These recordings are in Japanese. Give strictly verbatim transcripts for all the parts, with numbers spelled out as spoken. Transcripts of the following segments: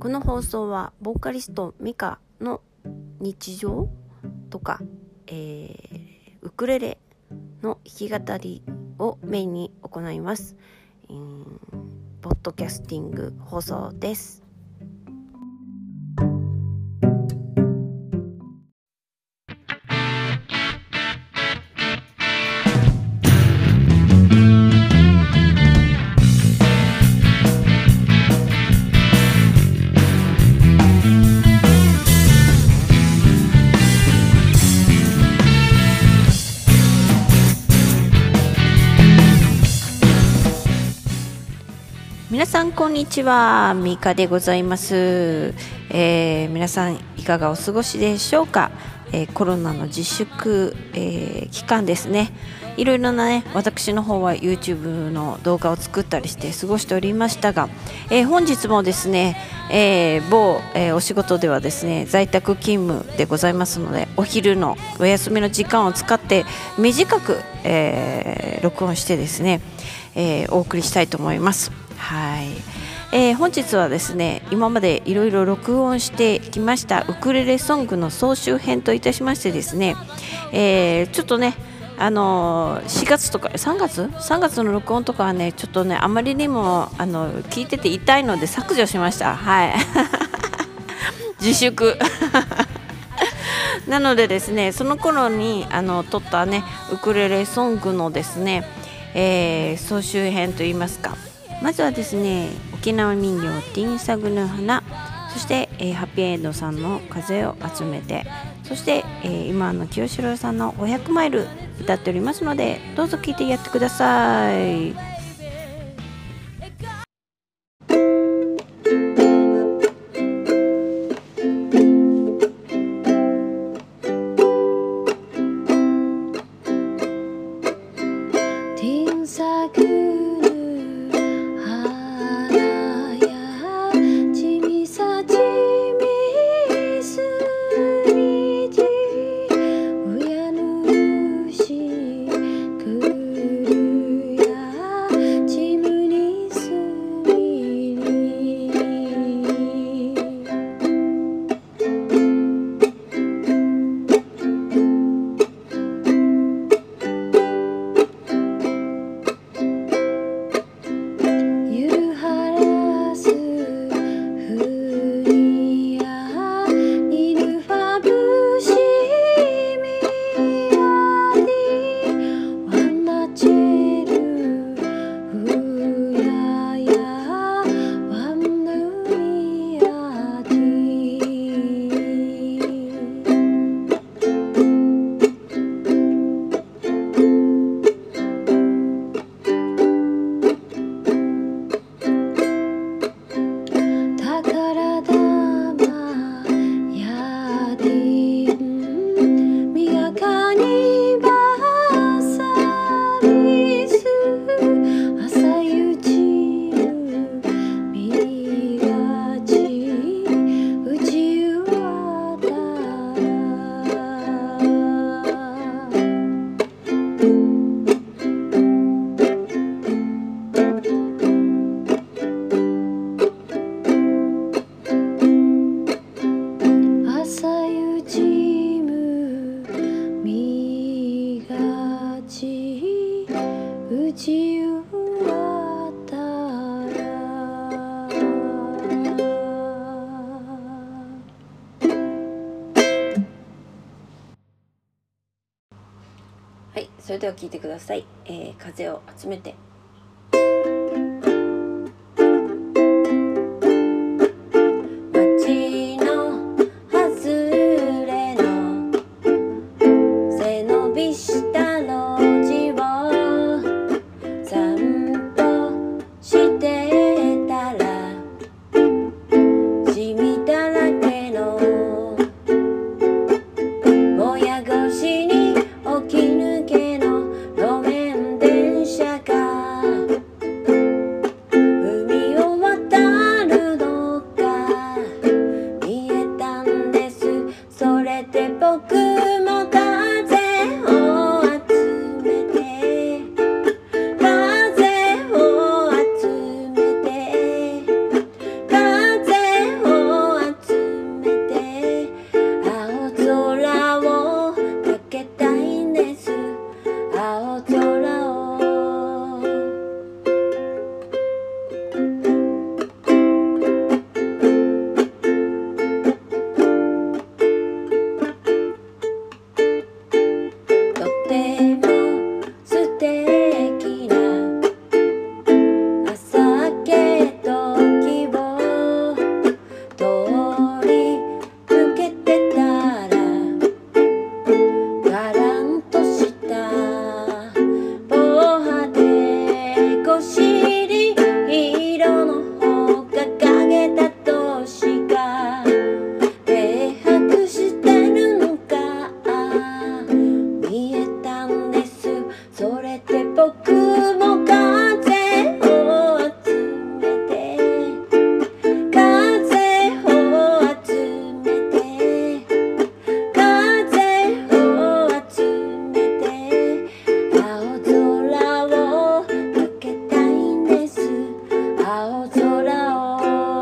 この放送はボーカリストミカの日常とか、えー、ウクレレの弾き語りをメインに行います。うん、ポッドキャスティング放送です。皆さんこんにちは、ミカでございます。えー、皆さんいかがお過ごしでしょうか。えー、コロナの自粛、えー、期間ですね。いろいろなね、私の方は YouTube の動画を作ったりして過ごしておりましたが、えー、本日もですね、えー、某、えー、お仕事ではですね在宅勤務でございますので、お昼のお休みの時間を使って短く、えー、録音してですね、えー、お送りしたいと思います。はい、えー、本日はですね、今までいろいろ録音してきましたウクレレソングの総集編といたしましてですね、えー、ちょっとね、あのー、しがつとかさんがつさんがつの録音とかはね、ちょっとねあまりにもあの聞いてて痛いので削除しました。はい自粛なのでですね、その頃にあの撮ったねウクレレソングのですね、えー、総集編といいますか、まずはですね、沖縄民謡ティンサグヌ花、そして、えー、ハッピーエイドさんの風を集めて、そして、えー、今の清志郎さんのごひゃくマイル歌っておりますので、どうぞ聴いてやってください。はい、それでは聴いてください。えー、風を集めて。風をも風を集めて風を集めて風を集めて青空をかけたいんです青空を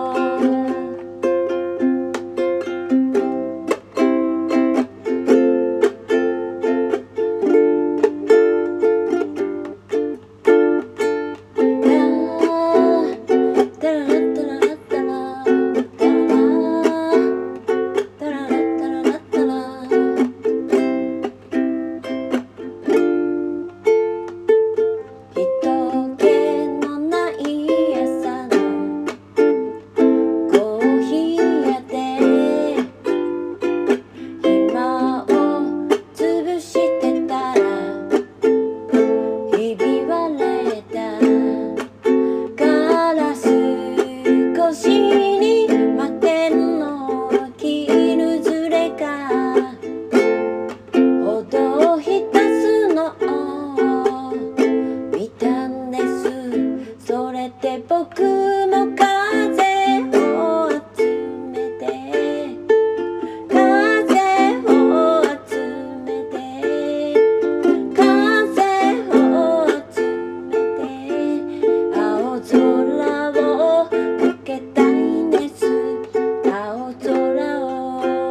僕も風を集めて風を集めて風を集めて青空をかけたいんです青空を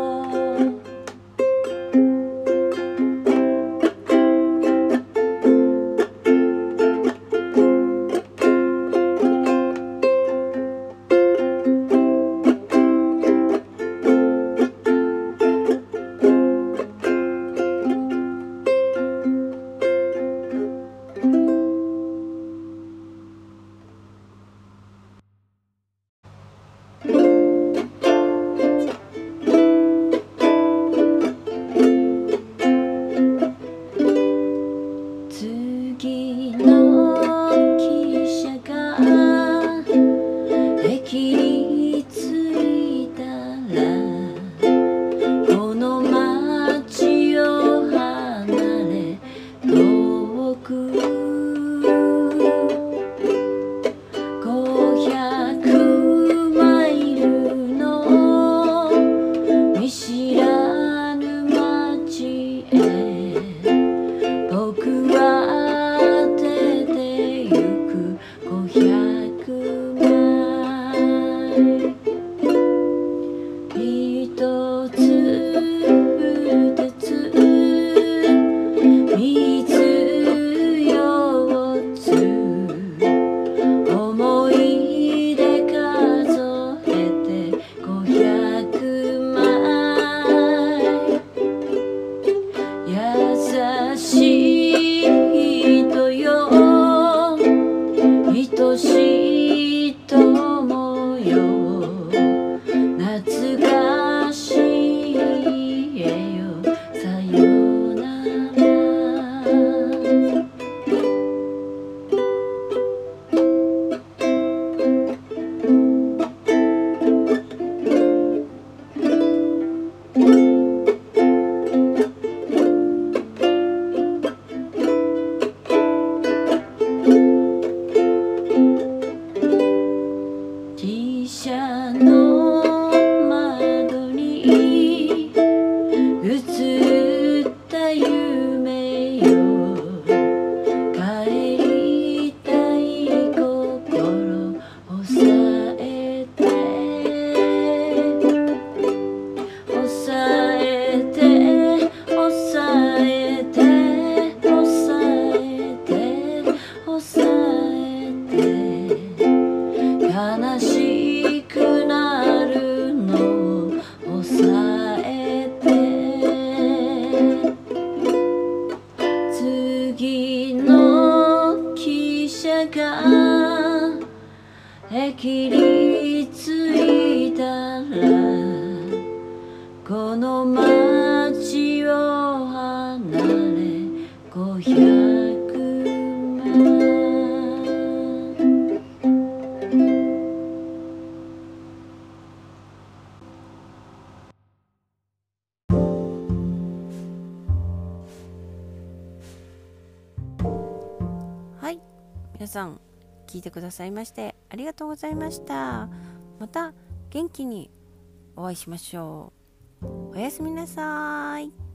次の汽車が駅に着いたらこの街を離れ遠くごひゃくマイルの見知らぬ街へ僕は出てゆくごひゃくマイル一つ二つ三つ四つ思い出数えてごひゃくマイル優しい人よ愛しい友よ懐かしい絵よさよなら汽車の窓に映った夢よ帰りたい心抑えて抑えて抑えて抑えて抑えて悲しくなるのを抑えて次の汽車が駅に着いたらこの街を離れごひゃくマイルはい、 皆さん聞いてくださいましてありがとうございました。また元気にお会いしましょう。おやすみなさい。